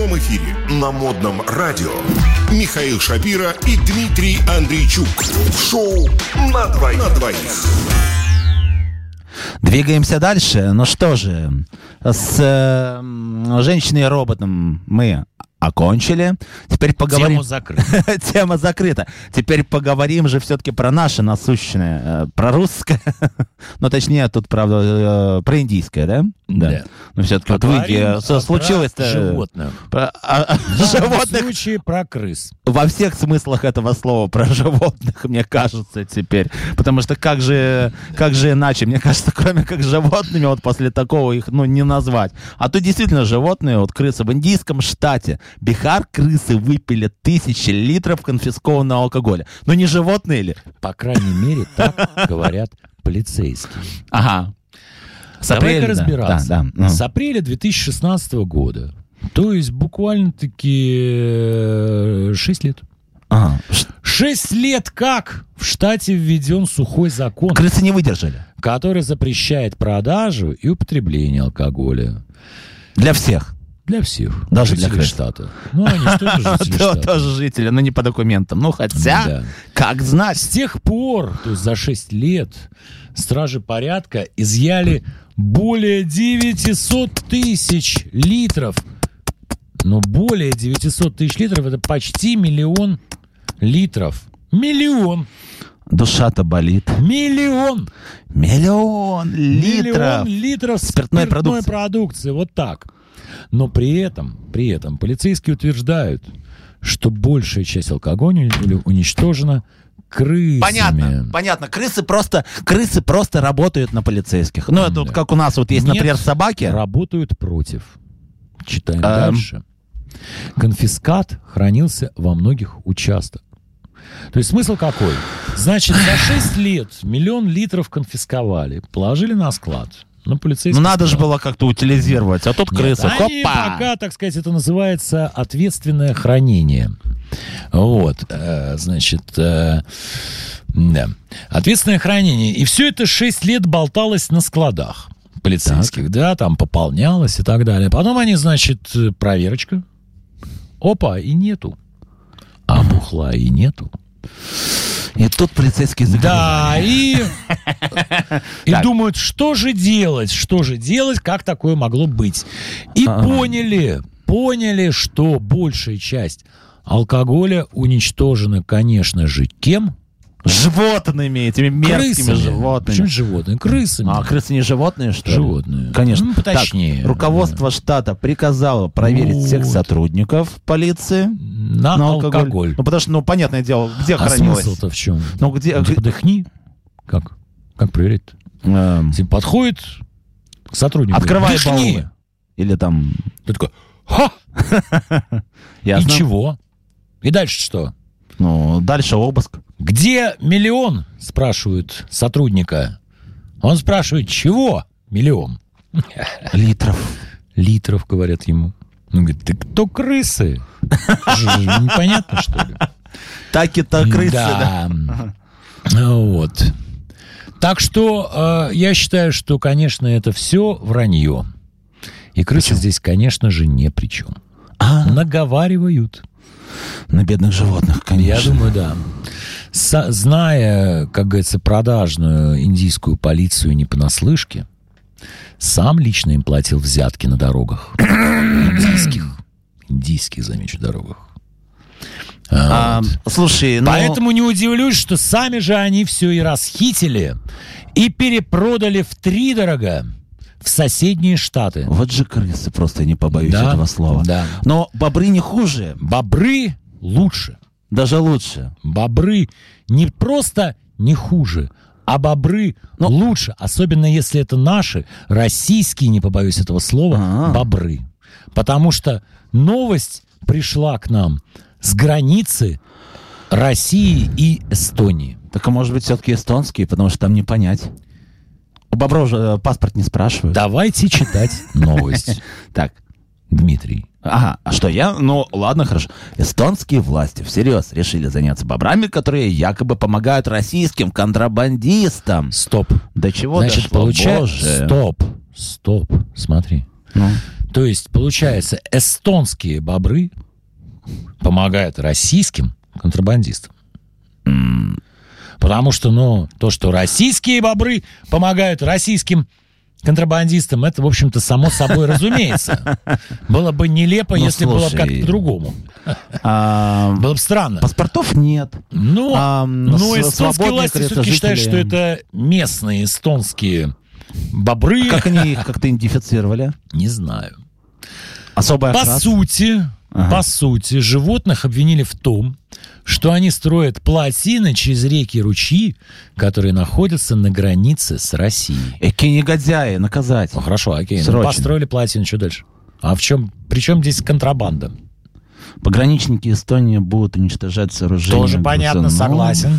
прямом эфире на Модном радио Михаил Шапира и Дмитрий Андрейчук. В шоу «На двоих». Двигаемся дальше. Ну что же, с женщиной и роботом мы окончили. Теперь поговорим... Тема закрыта. Теперь поговорим же все-таки про наше насущное, про русское. Ну, точнее, тут, правда, про индийское, да? Да. Но все-таки вот в Индии случилось-то... животных. Животных. В случае про крыс. Во всех смыслах этого слова про животных, мне кажется, теперь. Потому что как же иначе? Мне кажется, кроме как животными, вот после такого их, не назвать. А то действительно животные, вот крысы в индийском штате Бихар, крысы выпили 1000 литров конфискованного алкоголя. Но не животные ли? По крайней мере, так говорят полицейские. Ага. Давай-ка разбираться. Да. С апреля 2016 года, то есть буквально-таки 6 лет. Ага. 6 лет как в штате введен сухой закон, Крысы не выдержали. который запрещает продажу и употребление алкоголя. Для всех. Для всех. Даже жителей для крыс. штата. Ну, они что это жители штата? Тоже жители, но не по документам. Ну, хотя, Да. как знать. С тех пор, то есть за 6 лет, стражи порядка изъяли более 900 тысяч литров. Но более 900 тысяч литров — это почти 1 000 000 литров. 1 000 000. Душа-то болит. 1 000 000. 1 000 000 литров. 1 000 000 литров спиртной продукции. Вот так. Но при этом полицейские утверждают, что большая часть алкоголя уничтожена крысами. Понятно. Крысы просто работают на полицейских. Ну, это вот как у нас вот есть, например, собаки. Работают против. Читаем дальше. Конфискат хранился во многих участках. То есть смысл какой? Значит, за 6 лет 1 000 000 литров конфисковали, положили на склад. Ну, надо же было как-то утилизировать, а тут крысы. Они пока, так сказать, это называется ответственное хранение. Вот, значит, да. Ответственное хранение. И все это 6 лет болталось на складах полицейских, так. Да, там пополнялось и так далее. Потом они, значит, проверочка. Опа, и нету. А бухла и нету. И тут полицейские закрыли. Да, и думают, что же делать, как такое могло быть. И поняли, что большая часть алкоголя уничтожена, конечно же, кем? Животными, этими мерзкими животными. Почему животные? Крысами. А крысы не животные, что ли? Животные. Конечно. Ну, поточнее. Так, руководство штата приказало проверить всех сотрудников полиции на алкоголь. Ну, потому что, понятное дело, где хранилось? А смысл-то в чем? Ну, где... Подыхни. Как проверить-то? Типа подходит к сотруднику. Открывай баулы. Или там... Ты такой, ха! Ясно. И чего? И дальше что? Ну, дальше обыск. Где 1 000 000? Спрашивают сотрудника. Он спрашивает, чего 1 000 000? Литров, говорят ему. Он говорит, ты кто, крысы? Непонятно, что ли? Так-то крысы, да. Вот. Так что я считаю, что, конечно, это все вранье. И крысы здесь, конечно же, не при чем. Наговаривают. На бедных животных, конечно. Я думаю, да. Зная, как говорится, продажную индийскую полицию не понаслышке, сам лично им платил взятки на дорогах. Индийских, замечу, дорогах. Слушай, поэтому не удивлюсь, что сами же они все и расхитили, и перепродали втридорога в соседние штаты. Вот же крысы, просто не побоюсь этого слова. Да. Но бобры не хуже. Бобры лучше. Даже лучше. Бобры не просто не хуже, а бобры лучше. Особенно если это наши, российские, не побоюсь этого слова, бобры. Потому что новость пришла к нам с границы России и Эстонии. Так, а может быть, все-таки эстонские, потому что там не понять. У бобров же паспорт не спрашивают. Давайте читать новость. Так. Дмитрий. Ага, а что я? Ну, ладно, хорошо. Эстонские власти всерьез решили заняться бобрами, которые якобы помогают российским контрабандистам. Стоп. До чего значит, дошло? Стоп. Смотри. Ну? То есть, получается, эстонские бобры помогают российским контрабандистам. Потому что, то, что российские бобры помогают российским контрабандистам, это, в общем-то, само собой разумеется. Было бы нелепо, если было бы как-то по-другому. Было бы странно. Паспортов нет. Но эстонские власти все-таки считают, что это местные эстонские бобры. Как они их как-то идентифицировали? Не знаю. Особая По сути, животных обвинили в том, что они строят плотины через реки и ручьи, которые находятся на границе с Россией. Какие негодяи, наказать. Ну хорошо, окей. Срочно. Построили плотину, что дальше? А при чем здесь контрабанда? Пограничники Эстонии будут уничтожать сооружения. Тоже понятно, согласен.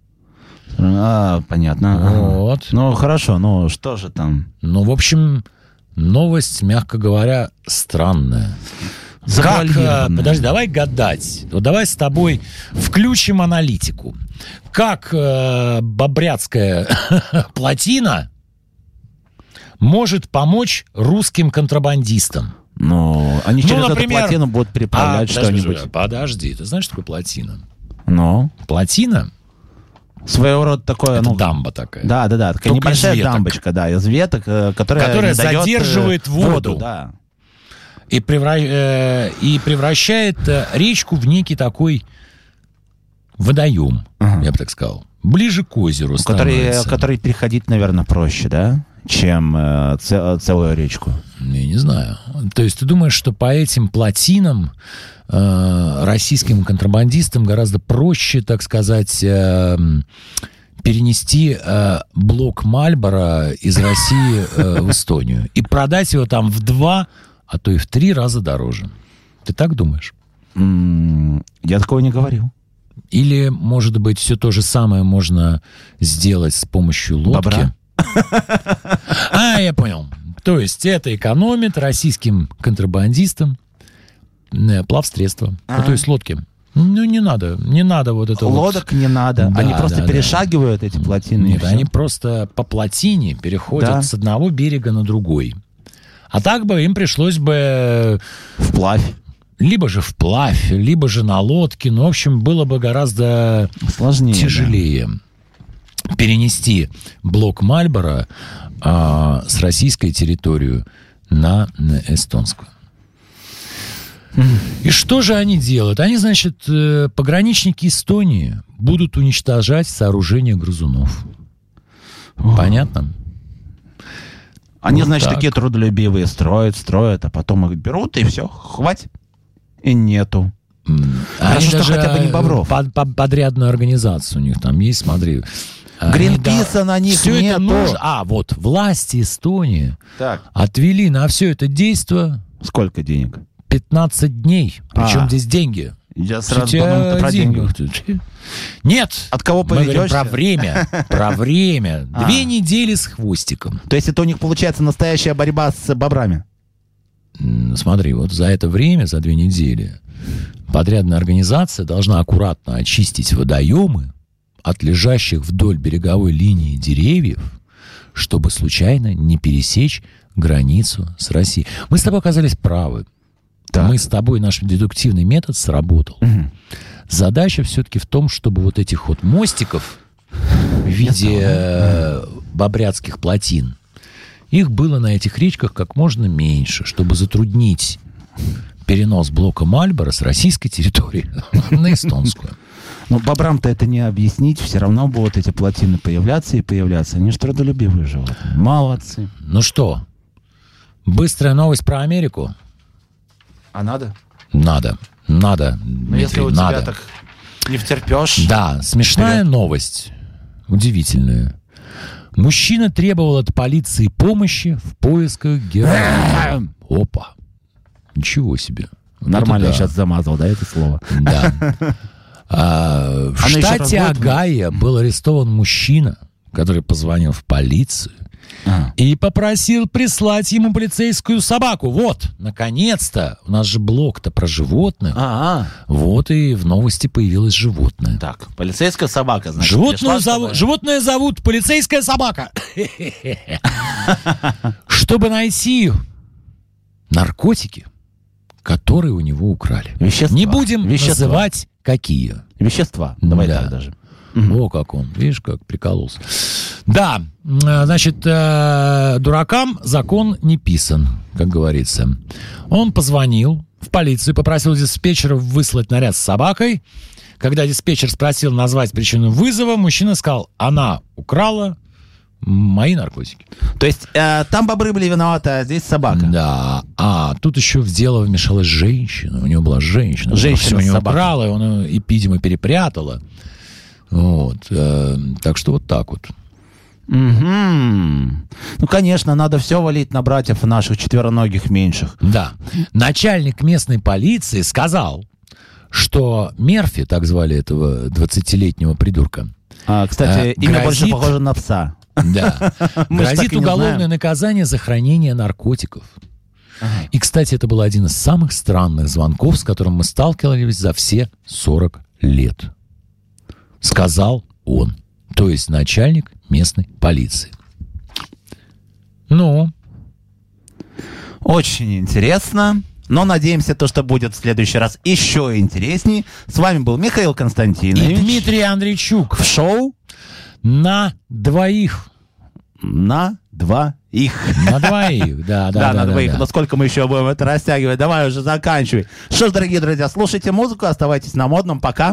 Понятно. Вот. Ну, хорошо, что же там? В общем, новость, мягко говоря, странная. Подожди, давай гадать. Вот давай с тобой включим аналитику. Как бобряцкая плотина может помочь русским контрабандистам? Они через эту плотину будут переправлять что-нибудь. Подожди, ты знаешь, что такое плотина? Плотина? Своего рода такое... Это дамба такая. Да. Такая небольшая дамбочка, из веток, которая задерживает воду. Да. И превращает речку в некий такой водоем, я бы так сказал. Ближе к озеру становится. Который переходить, наверное, проще, да? Чем целую речку. Я не знаю. То есть ты думаешь, что по этим плотинам российским контрабандистам гораздо проще, так сказать, перенести блок Мальборо из России в Эстонию и продать его там в 2, а то и в 3 раза дороже. Ты так думаешь? Я такого не говорил. Или, может быть, все то же самое можно сделать с помощью лодки? Бобра? Я понял. То есть это экономит российским контрабандистам плавсредства. То есть лодки. Не надо вот это лодок не надо. Они просто перешагивают эти плотины. Нет, они просто по плотине переходят с одного берега на другой. А так бы им пришлось бы вплавь. Либо же вплавь, либо же на лодке. В общем, было бы гораздо сложнее, тяжелее перенести блок Мальборо с российской территории на эстонскую. И что же они делают? Они, значит, пограничники Эстонии будут уничтожать сооружения грызунов. Понятно? Они, значит, такие трудолюбивые строят, а потом их берут, и все, хватит. И нету. Они что хотя бы не бобров. Подрядную организацию у них там есть, смотри. Гринписа на них все нету. Это нужно. Вот власти Эстонии отвели на все это действо... Сколько денег? 15 дней. Причем здесь деньги. Я сразу подумал, ты про деньги. Нет. От кого поведешься? Про время. Про время. 2 недели с хвостиком. То есть это у них получается настоящая борьба с бобрами? Смотри, вот за это время, за 2 недели, подрядная организация должна аккуратно очистить водоемы от лежащих вдоль береговой линии деревьев, чтобы случайно не пересечь границу с Россией. Мы с тобой оказались правы. Мы с тобой, наш дедуктивный метод сработал. Задача все-таки в том, чтобы вот этих вот мостиков в виде бобряцких плотин, их было на этих речках как можно меньше, чтобы затруднить перенос блока Мальборо с российской территории на эстонскую. Но бобрам-то это не объяснить, все равно будут эти плотины появляться и появляться. Они же трудолюбивые животные. Молодцы. Ну что, быстрая новость про Америку? А надо? Надо. Но Дмитрий, если у тебя так не втерпешь... Да, смешная новость. Удивительная. Мужчина требовал от полиции помощи в поисках героина. Опа. Ничего себе. Нормально я сейчас замазал, да, это слово? Да. В штате Огайо был арестован мужчина, который позвонил в полицию и попросил прислать ему полицейскую собаку. Вот, наконец-то. У нас же блок-то про животных. Вот и в новости появилось животное. Так, полицейская собака, значит. Животное зовут полицейская собака. Чтобы найти наркотики, которые у него украли. Вещества. Не будем Вещества. называть, какие. Вещества. Давай Да. так даже. О, как он, видишь, как прикололся. Да, значит, дуракам закон не писан, как говорится. Он позвонил в полицию, попросил диспетчера выслать наряд с собакой. Когда диспетчер спросил назвать причину вызова, мужчина сказал: она украла мои наркотики. То есть там бобры были виноваты, а здесь собака. Да, тут еще в дело вмешалась женщина. У него была женщина. Женщина у с него собакой. украла, и он ее, видимо, перепрятала. Вот. Так что вот так вот. Ну, конечно, надо все валить на братьев наших четвероногих меньших. Да. Начальник местной полиции сказал, что Мерфи, так звали этого 20-летнего придурка, Кстати, имя больше грозит- похоже на пса. да, Мы ж так грозит и не уголовное знаем. наказание за хранение наркотиков. И, кстати, это был один из самых странных звонков, с которым мы сталкивались за все 40 лет. Сказал он. То есть начальник местной полиции. Ну, Очень интересно. Но надеемся, то, что будет в следующий раз еще интересней. С вами был Михаил и Константинович. Дмитрий Андрейчук В шоу на двоих. на двоих. На двоих, да. Да, на двоих. Но сколько мы еще будем это растягивать? Давай уже заканчивай. Что ж, дорогие друзья, слушайте музыку, оставайтесь на модном. Пока.